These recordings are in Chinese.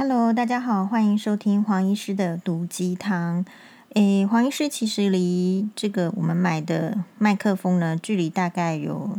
Hello，大家好，欢迎收听黄医师的毒鸡汤。黄医师其实离这个我们买的麦克风呢，距离大概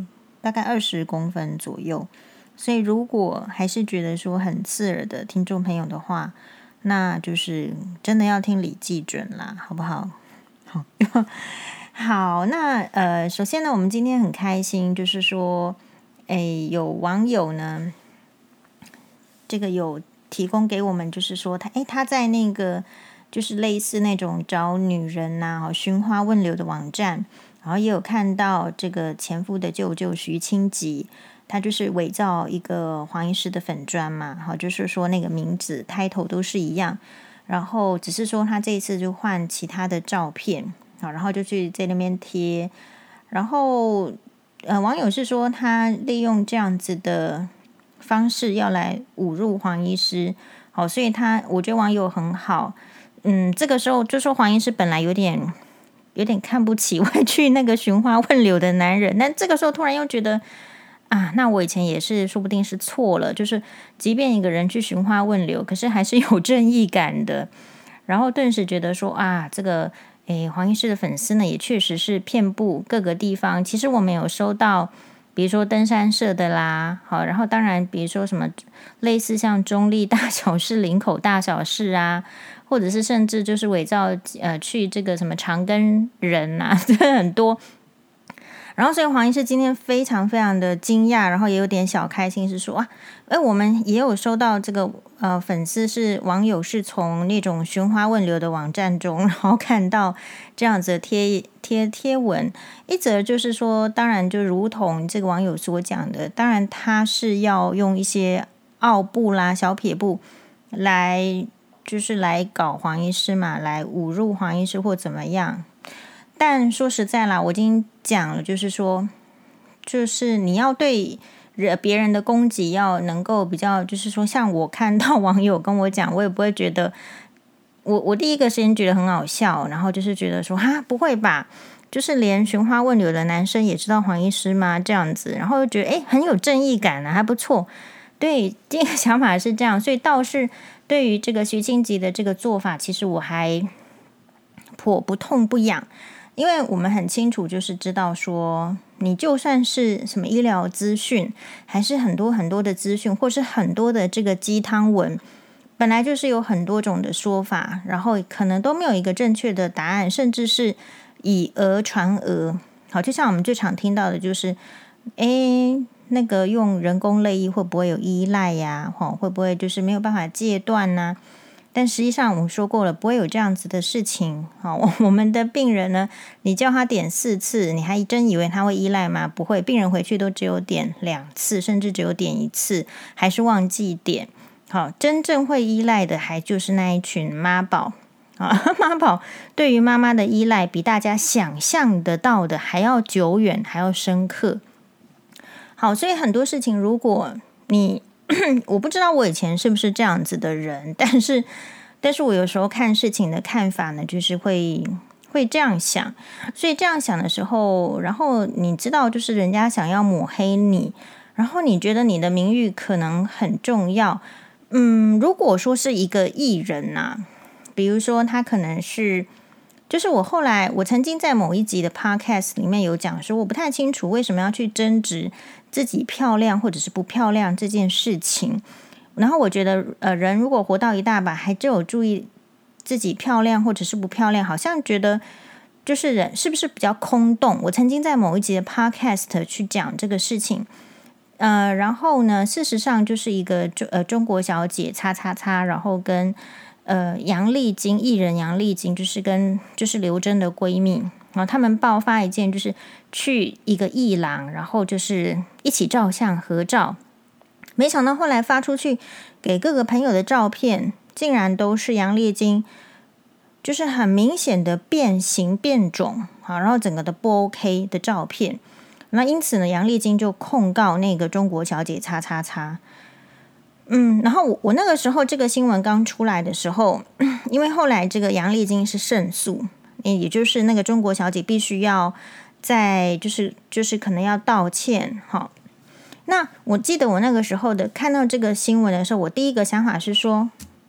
20公分左右，所以如果还是觉得说很刺耳的听众朋友的话，那就是真的要听李济准啦，好不好？好，好，那首先呢，我们今天很开心，就是说，有网友呢，这个有提供给我们，就是说他在那个就是类似那种找女人呐、寻花问柳的网站，然后也有看到这个前夫的舅舅徐清吉，他就是伪造一个黄医师的粉专嘛，好，就是说那个名字title都是一样，然后只是说他这一次就换其他的照片，好，然后就去在那边贴，然后网友是说他利用这样子的方式要来侮辱黄医师，好，所以我觉得网友很好，这个时候就说黄医师本来有点看不起会去那个寻花问柳的男人，但这个时候突然又觉得啊，那我以前也是说不定是错了，就是即便一个人去寻花问柳，可是还是有正义感的，然后顿时觉得说啊，这个黄医师的粉丝呢也确实是遍布各个地方，其实我们有收到比如说登山社的啦，好，然后当然比如说什么类似像中立大小事、林口大小事啊，或者是甚至就是伪造去这个什么长庚人啊，这很多。然后所以黄医师今天非常非常的惊讶，然后也有点小开心，是说啊，我们也有收到这个粉丝是网友是从那种寻花问柳的网站中，然后看到这样子的贴文，一则就是说，当然就如同这个网友所讲的，当然他是要用一些奥布啦、小撇步来就是来搞黄医师嘛，来侮辱黄医师或怎么样。但说实在啦，我已经讲了，就是说，就是你要对别人的攻击要能够比较，就是说，像我看到网友跟我讲，我也不会觉得，我第一个时间觉得很好笑，然后就是觉得说，哈，不会吧？就是连寻花问柳的男生也知道黄医师吗？这样子，然后又觉得很有正义感啊，还不错。对，这个想法是这样，所以倒是对于这个徐清吉的这个做法，其实我还颇不痛不痒。因为我们很清楚，就是知道说，你就算是什么医疗资讯，还是很多很多的资讯，或是很多的这个鸡汤文，本来就是有很多种的说法，然后可能都没有一个正确的答案，甚至是以讹传讹。好，就像我们最常听到的就是，那个用人工泪液会不会有依赖呀？会不会就是没有办法戒断呢？但实际上我们说过了，不会有这样子的事情。好，我们的病人呢，你叫他点4次，你还真以为他会依赖吗？不会，病人回去都只有点2次，甚至只有点1次，还是忘记点。好，真正会依赖的还就是那一群妈宝啊，妈宝对于妈妈的依赖比大家想象得到的还要久远，还要深刻。好，所以很多事情，如果你我不知道我以前是不是这样子的人，但是我有时候看事情的看法呢，就是会这样想，所以这样想的时候，然后你知道，就是人家想要抹黑你，然后你觉得你的名誉可能很重要，如果说是一个艺人啊，比如说他可能是。就是我曾经在某一集的 podcast 里面有讲说，我不太清楚为什么要去争执自己漂亮或者是不漂亮这件事情。然后我觉得，人如果活到一大把，还只有注意自己漂亮或者是不漂亮，好像觉得就是人是不是比较空洞？我曾经在某一集的 podcast 去讲这个事情。然后呢，事实上就是一个中国小姐叉叉叉，然后跟杨丽晶艺人杨丽晶就是刘真的闺蜜，然后他们爆发一件就是去一个艺廊，然后就是一起照相合照，没想到后来发出去给各个朋友的照片，竟然都是杨丽晶就是很明显的变形变种，好，然后整个的不 OK 的照片。那因此呢，杨丽晶就控告那个中国小姐叉叉叉。然后我那个时候这个新闻刚出来的时候，因为后来这个杨丽晶是胜诉，也就是那个中国小姐必须要在就是可能要道歉。好，那我记得我那个时候的看到这个新闻的时候，我第一个想法是说，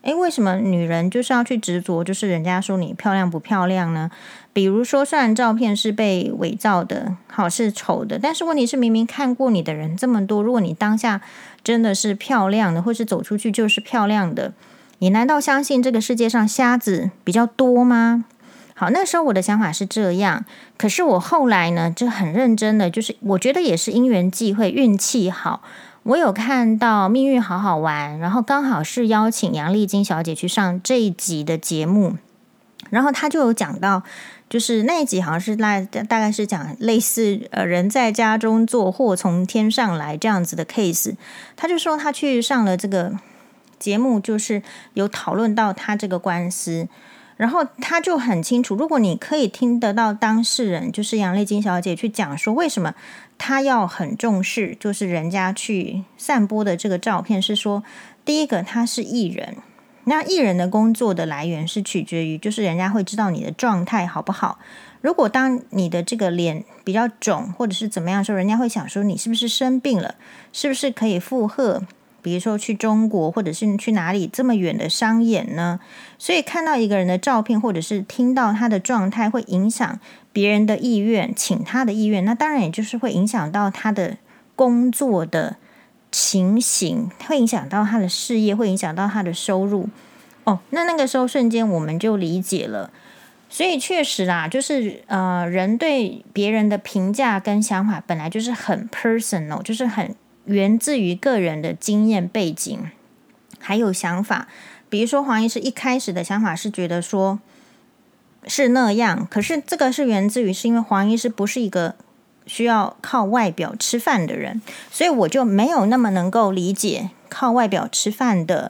为什么女人就是要去执着，就是人家说你漂亮不漂亮呢？比如说，虽然照片是被伪造的，好是丑的，但是问题是明明看过你的人这么多，如果你当下真的是漂亮的，或是走出去就是漂亮的，你难道相信这个世界上瞎子比较多吗？好，那时候我的想法是这样，可是我后来呢，就很认真的，就是我觉得也是因缘际会，运气好。我有看到《命运好好玩》，然后刚好是邀请杨丽菁小姐去上这一集的节目，然后她就有讲到，就是那一集好像是大概是讲类似人在家中坐，祸从天上来这样子的 case。她就说她去上了这个节目，就是有讨论到她这个官司。然后他就很清楚，如果你可以听得到当事人，就是杨丽菁小姐去讲说，为什么他要很重视，就是人家去散播的这个照片，是说，第一个他是艺人，那艺人的工作的来源是取决于，就是人家会知道你的状态好不好。如果当你的这个脸比较肿，或者是怎么样的时候，人家会想说你是不是生病了，是不是可以负荷？比如说去中国，或者是去哪里这么远的商演呢？所以看到一个人的照片，或者是听到他的状态，会影响别人的意愿，请他的意愿，那当然也就是会影响到他的工作的情形，会影响到他的事业，会影响到他的收入。那个时候瞬间我们就理解了。所以确实啦，就是人对别人的评价跟想法本来就是很 personal， 就是很源自于个人的经验背景还有想法。比如说黄医师一开始的想法是觉得说是那样，可是这个是源自于是因为黄医师不是一个需要靠外表吃饭的人，所以我就没有那么能够理解靠外表吃饭的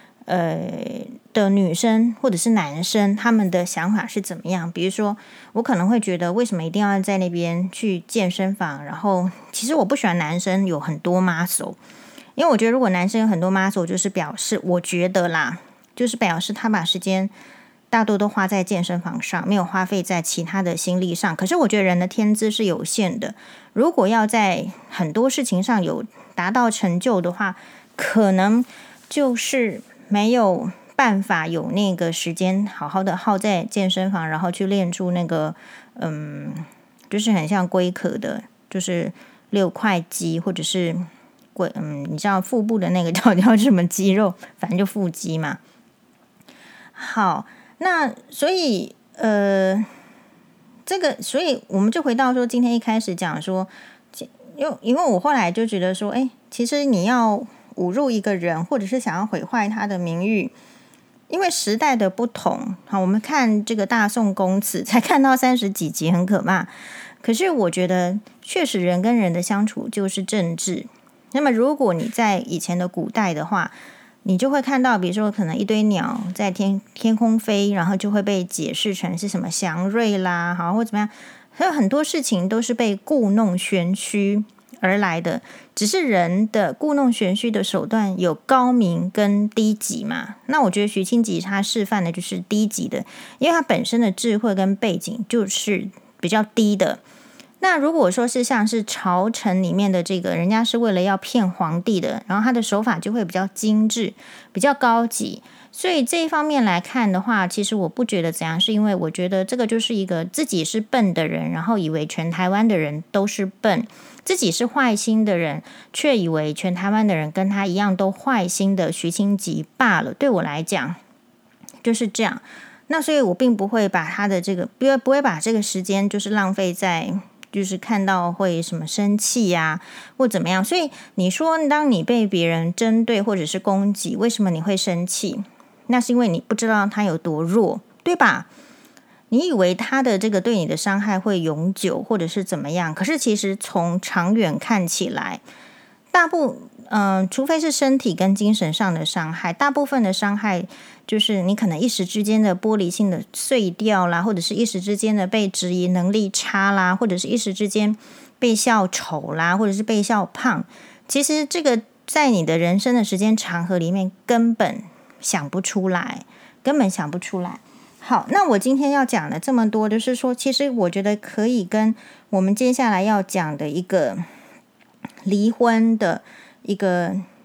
女生或者是男生他们的想法是怎么样。比如说我可能会觉得为什么一定要在那边去健身房，然后其实我不喜欢男生有很多 muscle， 因为我觉得如果男生有很多 muscle 就是表示，我觉得啦，就是表示他把时间大多都花在健身房上，没有花费在其他的心力上。可是我觉得人的天资是有限的，如果要在很多事情上有达到成就的话，可能就是没有办法有那个时间好好的耗在健身房，然后去练出那个就是很像龟壳的，就是6块肌，或者是你知道腹部的那个叫什么肌肉，反正就腹肌嘛。好，那所以这个，所以我们就回到说，今天一开始讲说，因为我后来就觉得说，其实你要侮辱一个人，或者是想要毁坏他的名誉，因为时代的不同。好，我们看这个大宋公子，才看到30几集，很可怕。可是我觉得，确实人跟人的相处就是政治。那么，如果你在以前的古代的话，你就会看到，比如说可能一堆鸟在天空飞，然后就会被解释成是什么祥瑞啦，好或怎么样，还有很多事情都是被故弄玄虚而来的。只是人的故弄玄虚的手段有高明跟低级嘛。那我觉得徐清吉他示范的就是低级的，因为他本身的智慧跟背景就是比较低的。那如果说是像是朝臣里面的这个，人家是为了要骗皇帝的，然后他的手法就会比较精致，比较高级。所以这一方面来看的话，其实我不觉得怎样，是因为我觉得这个就是一个自己是笨的人，然后以为全台湾的人都是笨，自己是坏心的人，却以为全台湾的人跟他一样都坏心的徐清吉罢了。对我来讲就是这样。那所以我并不会把他的这个不会把这个时间就是浪费在就是看到会什么生气呀，或怎么样。所以你说当你被别人针对或者是攻击，为什么你会生气？那是因为你不知道他有多弱，对吧？你以为他的这个对你的伤害会永久或者是怎么样，可是其实从长远看起来，除非是身体跟精神上的伤害，大部分的伤害就是你可能一时之间的玻璃性的碎掉啦，或者是一时之间的被质疑能力差啦，或者是一时之间被笑丑啦，或者是被笑胖。其实这个在你的人生的时间长河里面根本想不出来。好，那我今天要讲的这么多，就是说其实我觉得可以跟我们接下来要讲的一个离婚的一个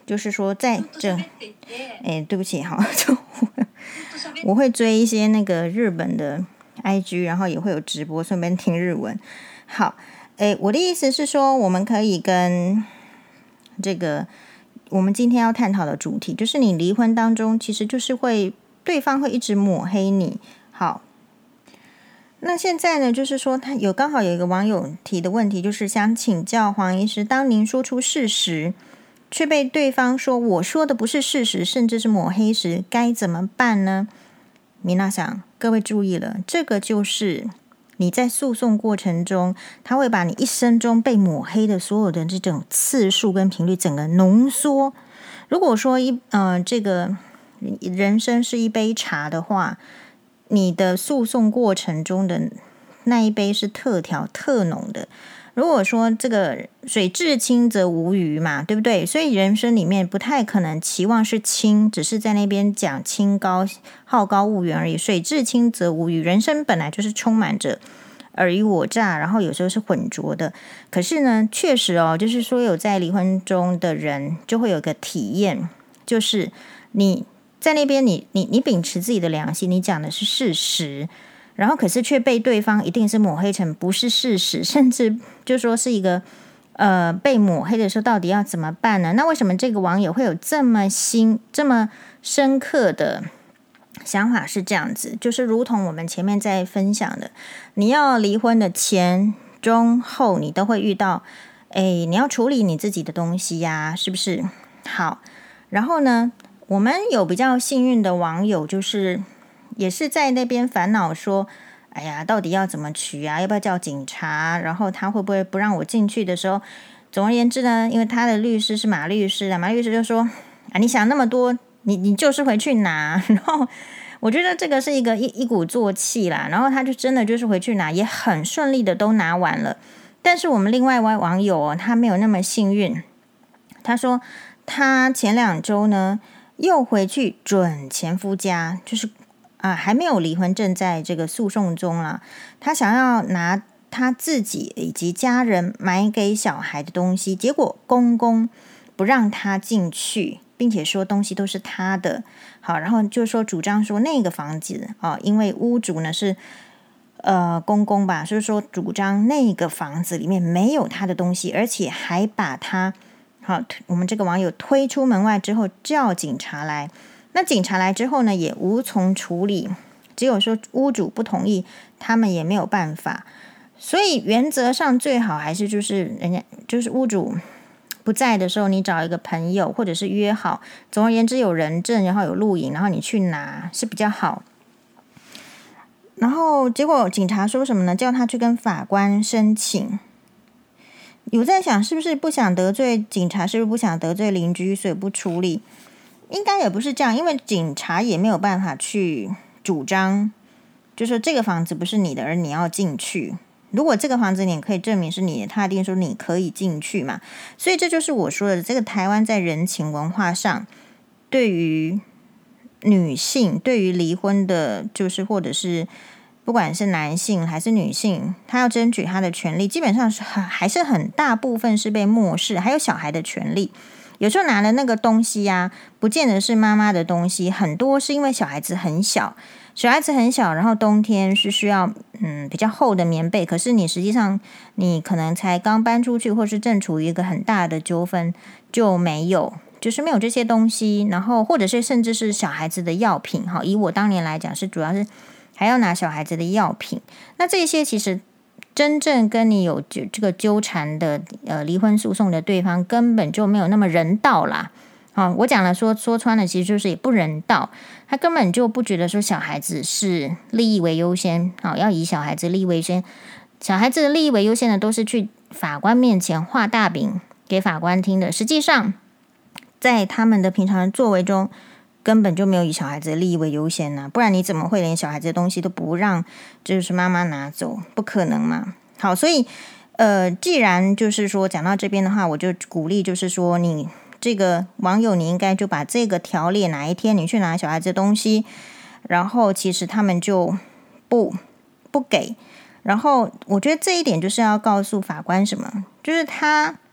就是说在这，对不起哈，我会追一些那个日本的 IG， 然后也会有直播，顺便听日文。好，我的意思是说，我们可以跟这个我们今天要探讨的主题，就是你离婚当中，其实就是对方会一直抹黑你。好，那现在呢，就是说他刚好有一个网友提的问题，就是想请教黄医师，当您说出事实，却被对方说我说的不是事实，甚至是抹黑时，该怎么办呢？皆さん，各位注意了，这个就是你在诉讼过程中，他会把你一生中被抹黑的所有的这种次数跟频率整个浓缩。如果说这个人生是一杯茶的话，你的诉讼过程中的那一杯是特调特浓的。如果说这个水至清则无鱼嘛，对不对？所以人生里面不太可能期望是清，只是在那边讲清高好高骛远而已。水至清则无鱼，人生本来就是充满着尔虞我诈，然后有时候是混浊的。可是呢，确实就是说有在离婚中的人就会有个体验，就是你在那边你秉持自己的良心，你讲的是事实，然后可是却被对方一定是抹黑成不是事实，甚至就说是一个被抹黑的时候到底要怎么办呢？那为什么这个网友会有这么深刻的想法是这样子，就是如同我们前面在分享的，你要离婚的前中后你都会遇到你要处理你自己的东西呀，是不是？好，然后呢，我们有比较幸运的网友，就是也是在那边烦恼说，哎呀，到底要怎么取啊？要不要叫警察？然后他会不会不让我进去的时候，总而言之呢，因为他的律师是马律师的，马律师就说啊，你想那么多，你就是回去拿。然后我觉得这个是一鼓作气啦，然后他就真的就是回去拿，也很顺利的都拿完了。但是我们另外一位网友他没有那么幸运，他说他前2周呢又回去准前夫家，就是还没有离婚，正在这个诉讼中啦。他想要拿他自己以及家人买给小孩的东西，结果公公不让他进去，并且说东西都是他的。好，然后就说主张说那个房子因为屋主呢是公公吧，所以说主张那个房子里面没有他的东西，而且还把他我们这个网友推出门外之后叫警察来。那警察来之后呢，也无从处理，只有说屋主不同意，他们也没有办法。所以原则上最好还是就是屋主不在的时候，你找一个朋友或者是约好，总而言之有人证，然后有录影，然后你去拿是比较好。然后结果警察说什么呢？叫他去跟法官申请。有在想是不是不想得罪警察，是不是不想得罪邻居，所以不处理？应该也不是这样，因为警察也没有办法去主张，就说这个房子不是你的，而你要进去。如果这个房子你可以证明是你的，他一定说你可以进去嘛。所以这就是我说的，这个台湾在人情文化上，对于女性，对于离婚的，就是或者是不管是男性还是女性，他要争取他的权利，基本上是还是很大部分是被漠视，还有小孩的权利。有时候拿了那个东西不见得是妈妈的东西，很多是因为小孩子很小，然后冬天是需要比较厚的棉被，可是你实际上你可能才刚搬出去，或是正处于一个很大的纠纷，就没有这些东西，然后或者是甚至是小孩子的药品，以我当年来讲是主要是还要拿小孩子的药品。那这些其实真正跟你有这个纠缠的离婚诉讼的对方根本就没有那么人道啦。我讲了说穿了，其实就是也不人道，他根本就不觉得说小孩子是利益为优先，要以小孩子利益为先，小孩子的利益为优先的都是去法官面前画大饼给法官听的。实际上在他们的平常的作为中根本就没有以小孩子的利益为优先不然你怎么会连小孩子的东西都不让就是妈妈拿走？不可能嘛。好，所以既然就是说讲到这边的话，我就鼓励就是说你这个网友你应该就把这个条例，哪一天你去拿小孩子的东西，然后其实他们就不给。然后我觉得这一点就是要告诉法官什么，就是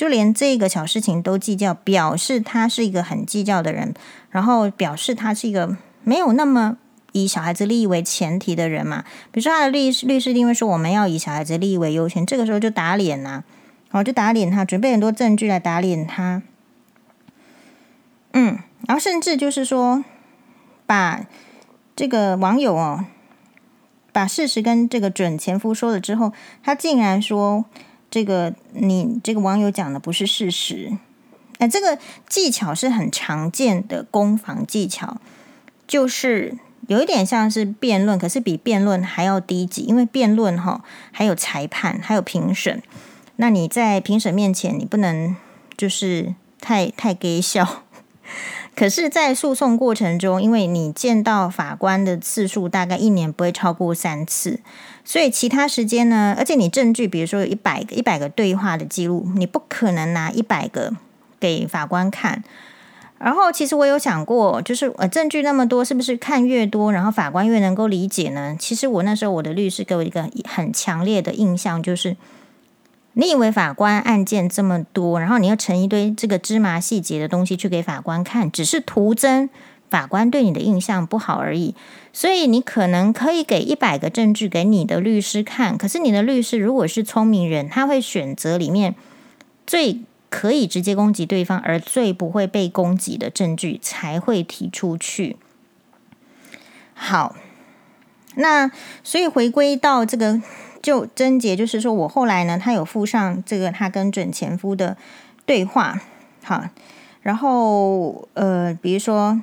就连这个小事情都计较，表示他是一个很计较的人，然后表示他是一个没有那么以小孩子利益为前提的人嘛。比如说他的律师一定会说我们要以小孩子利益为优先，这个时候就打脸啊，就打脸他，准备很多证据来打脸他。然后甚至就是说把这个网友把事实跟这个准前夫说了之后，他竟然说你这个网友讲的不是事实。这个技巧是很常见的攻防技巧，就是有一点像是辩论，可是比辩论还要低级，因为辩论还有裁判，还有评审。那你在评审面前，你不能就是太给笑。可是在诉讼过程中，因为你见到法官的次数大概1年不会超过3次，所以其他时间呢，而且你证据比如说有100个对话的记录，你不可能拿100个给法官看。然后其实我有想过，就是证据那么多，是不是看越多，然后法官越能够理解呢？其实我那时候我的律师给我一个很强烈的印象，就是你以为法官案件这么多，然后你要呈一堆这个芝麻细节的东西去给法官看，只是徒增法官对你的印象不好而已。所以你可能可以给100个证据给你的律师看，可是你的律师如果是聪明人，他会选择里面最可以直接攻击对方而最不会被攻击的证据才会提出去。好，那所以回归到这个就症结，就是说我后来呢，他有附上这个他跟准前夫的对话。好，然后比如说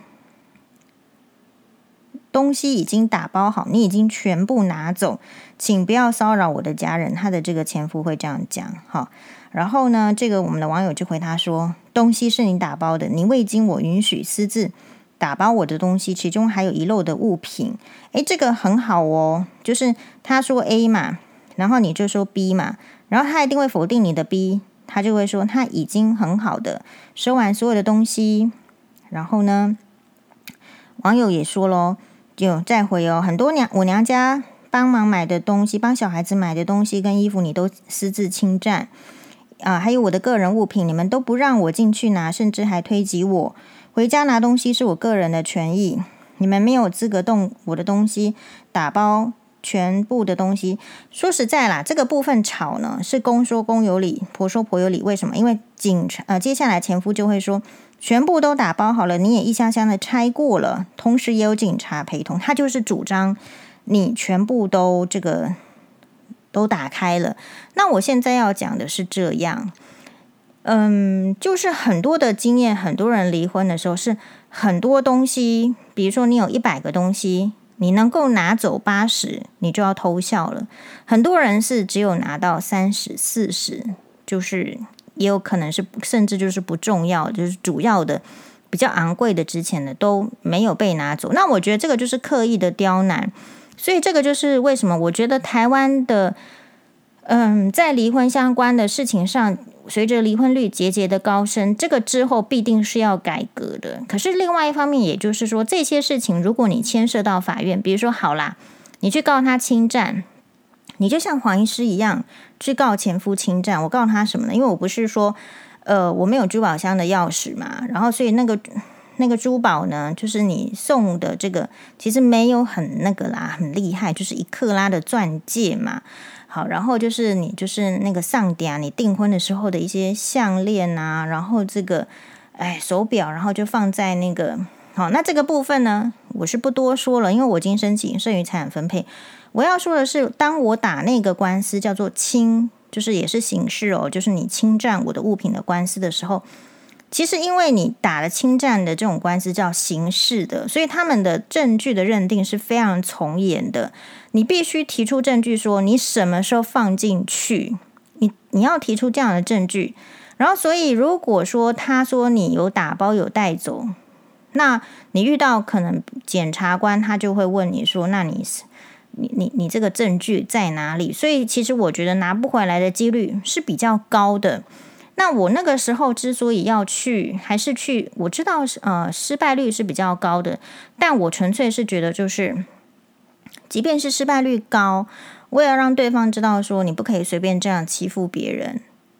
东西已经打包好，你已经全部拿走，请不要骚扰我的家人。他的这个前夫会这样讲。好，然后呢，这个我们的网友就回他说，东西是你打包的，你未经我允许私自打包我的东西，其中还有遗漏的物品。这个很好哦，就是他说 A 嘛，然后你就说 B 嘛，然后他一定会否定你的 B， 他就会说他已经很好的收完所有的东西。然后呢，网友也说咯，就再回很多我娘家帮忙买的东西，帮小孩子买的东西跟衣服你都私自侵占还有我的个人物品，你们都不让我进去拿，甚至还推挤我。回家拿东西是我个人的权益，你们没有资格动我的东西，打包全部的东西。说实在啦，这个部分吵呢，是公说公有理，婆说婆有理。为什么？因为接下来前夫就会说，全部都打包好了，你也一箱箱的拆过了，同时也有警察陪同。他就是主张你全部都打开了。那我现在要讲的是这样，就是很多的经验，很多人离婚的时候是很多东西，比如说你有100个东西，你能够拿走80，你就要偷笑了。很多人是只有拿到30、40，就是也有可能是甚至就是不重要，就是主要的比较昂贵的值钱的都没有被拿走。那我觉得这个就是刻意的刁难，所以这个就是为什么我觉得台湾的在离婚相关的事情上，随着离婚率节节的高升，这个之后必定是要改革的。可是另外一方面，也就是说这些事情如果你牵涉到法院，比如说好啦，你去告他侵占，你就像黄医师一样去告前夫侵占。我告他什么呢？因为我不是说我没有珠宝箱的钥匙嘛，然后所以那个珠宝呢，就是你送的这个其实没有很那个啦，很厉害，就是1克拉的钻戒嘛。好，然后就是你就是那个上点你订婚的时候的一些项链啊，然后这个手表，然后就放在那个好，那这个部分呢，我是不多说了，因为我已经申请剩余财产分配。我要说的是，当我打那个官司叫做侵，就是也是刑事就是你侵占我的物品的官司的时候，其实因为你打了侵占的这种官司叫刑事的，所以他们的证据的认定是非常从严的。你必须提出证据说你什么时候放进去，你要提出这样的证据。然后所以如果说他说你有打包有带走，那你遇到可能检察官他就会问你说，那你这个证据在哪里？所以其实我觉得拿不回来的几率是比较高的。那我那个时候之所以要去，还是去，我知道失败率是比较高的，但我纯粹是觉得就是即便是失败率高，我也要让对方知道说你不可以随便这样欺负别人。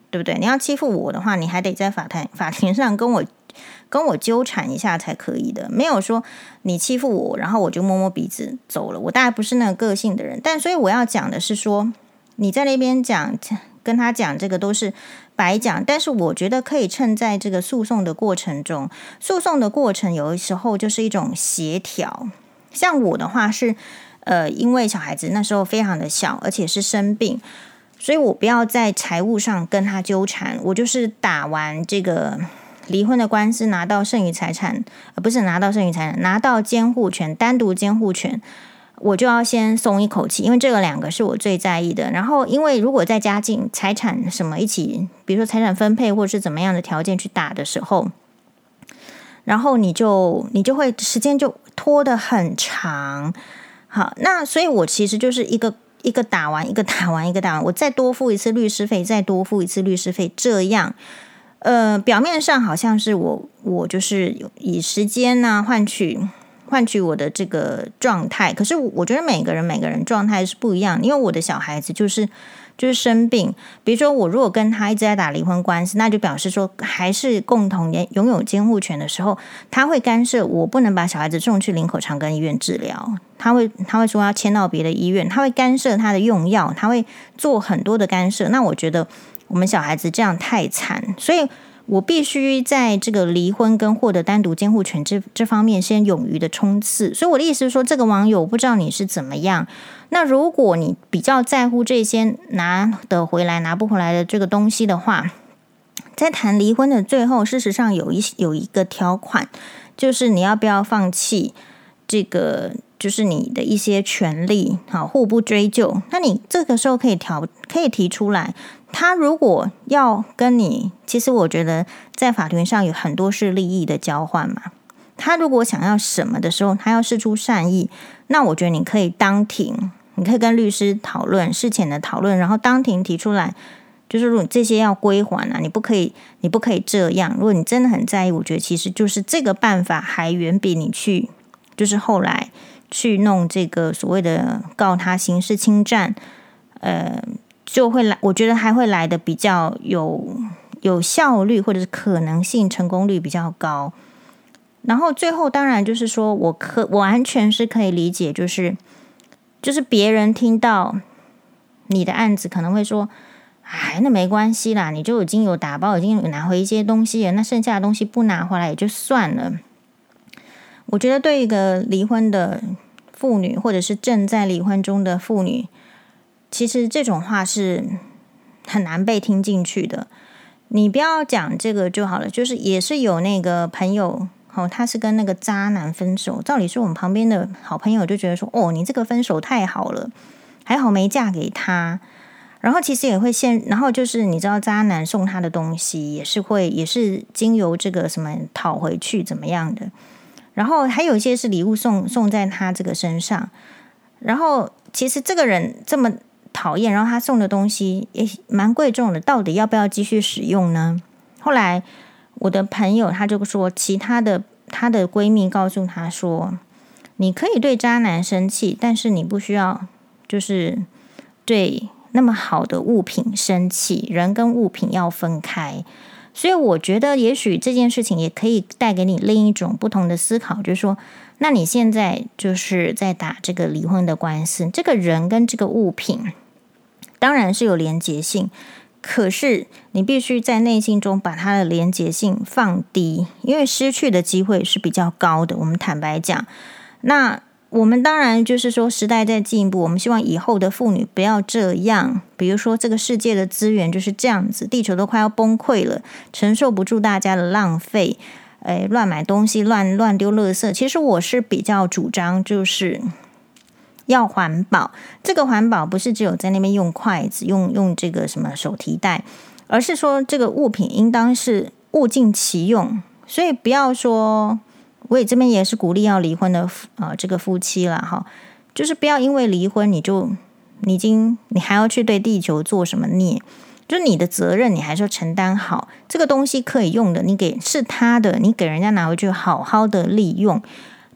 对不对？你要欺负我的话，你还得在法庭上跟我纠缠一下才可以的，没有说你欺负我，然后我就摸摸鼻子走了。我大概不是那个个性的人，但所以我要讲的是说，你在那边跟他讲这个都是白讲，但是我觉得可以趁在这个诉讼的过程中，诉讼的过程有的时候就是一种协调。像我的话是，因为小孩子那时候非常的小，而且是生病，所以我不要在财务上跟他纠缠，我就是打完这个离婚的官司，拿到剩余财产，不是拿到剩余财产，拿到监护权，单独监护权，我就要先松一口气，因为这两个是我最在意的。然后，因为如果再加进财产什么一起，比如说财产分配或者是怎么样的条件去打的时候，然后你就会时间就拖得很长。好，那所以我其实就是一个打完，我再多付一次律师费，再多付一次律师费，这样。表面上好像是我就是以时间啊换取我的这个状态，可是我觉得每个人状态是不一样，因为我的小孩子就是生病，比如说我如果跟他一直在打离婚官司，那就表示说还是共同拥有监护权的时候，他会干涉我不能把小孩子送去林口长庚医院治疗，他会说要迁到别的医院，他会干涉他的用药，他会做很多的干涉。那我觉得我们小孩子这样太惨，所以我必须在这个离婚跟获得单独监护权这方面先勇于的冲刺。所以我的意思是说，这个网友我不知道你是怎么样，那如果你比较在乎这些拿得回来拿不回来的这个东西的话，在谈离婚的最后，事实上有一个条款，就是你要不要放弃这个就是你的一些权利，好，互不追究。那你这个时候可以提出来，他如果要跟你，其实我觉得在法庭上有很多是利益的交换嘛。他如果想要什么的时候，他要释出善意，那我觉得你可以当庭，你可以跟律师讨论事前的讨论，然后当庭提出来，就是如果这些要归还啊，你不可以这样。如果你真的很在意，我觉得其实就是这个办法还远比你去就是后来去弄这个所谓的告他刑事侵占，就会来，我觉得还会来的比较有效率，或者是可能性成功率比较高。然后最后当然就是说我完全是可以理解，就是别人听到你的案子可能会说，哎，那没关系啦，你就已经有打包，已经有拿回一些东西了，那剩下的东西不拿回来也就算了。我觉得对一个离婚的妇女，或者是正在离婚中的妇女，其实这种话是很难被听进去的。你不要讲这个就好了，就是也是有那个朋友，他是跟那个渣男分手，照理说我们旁边的好朋友就觉得说，你这个分手太好了，还好没嫁给他。然后其实也会然后就是你知道渣男送他的东西也是经由这个什么讨回去怎么样的，然后还有一些是礼物送在他这个身上，然后其实这个人这么讨厌，然后他送的东西也蛮贵重的，到底要不要继续使用呢？后来我的朋友他就说，她的闺蜜告诉她说，你可以对渣男生气，但是你不需要就是对那么好的物品生气，人跟物品要分开。所以我觉得也许这件事情也可以带给你另一种不同的思考，就是说，那你现在就是在打这个离婚的官司，这个人跟这个物品当然是有连结性，可是你必须在内心中把它的连结性放低，因为失去的机会是比较高的，我们坦白讲。那我们当然就是说时代在进步，我们希望以后的妇女不要这样，比如说这个世界的资源就是这样子，地球都快要崩溃了，承受不住大家的浪费，乱买东西，乱丢垃圾。其实我是比较主张就是要环保，这个环保不是只有在那边用筷子用这个什么手提袋，而是说这个物品应当是物尽其用。所以不要说，我也这边也是鼓励要离婚的这个夫妻啦哈，就是不要因为离婚你还要去对地球做什么孽，就是你的责任你还是要承担好，这个东西可以用的你是他的，你给人家拿回去好好的利用，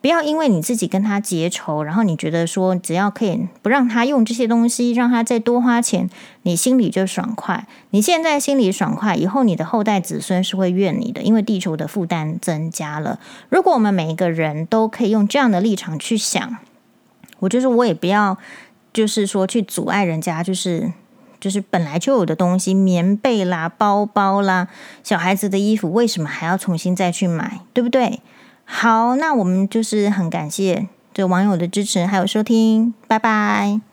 不要因为你自己跟他结仇，然后你觉得说只要可以不让他用这些东西，让他再多花钱，你心里就爽快。你现在心里爽快，以后你的后代子孙是会怨你的，因为地球的负担增加了。如果我们每一个人都可以用这样的立场去想，我也不要就是说去阻碍人家，就是本来就有的东西，棉被啦、包包啦、小孩子的衣服，为什么还要重新再去买，对不对？好，那我们就是很感谢这网友的支持还有收听，拜拜。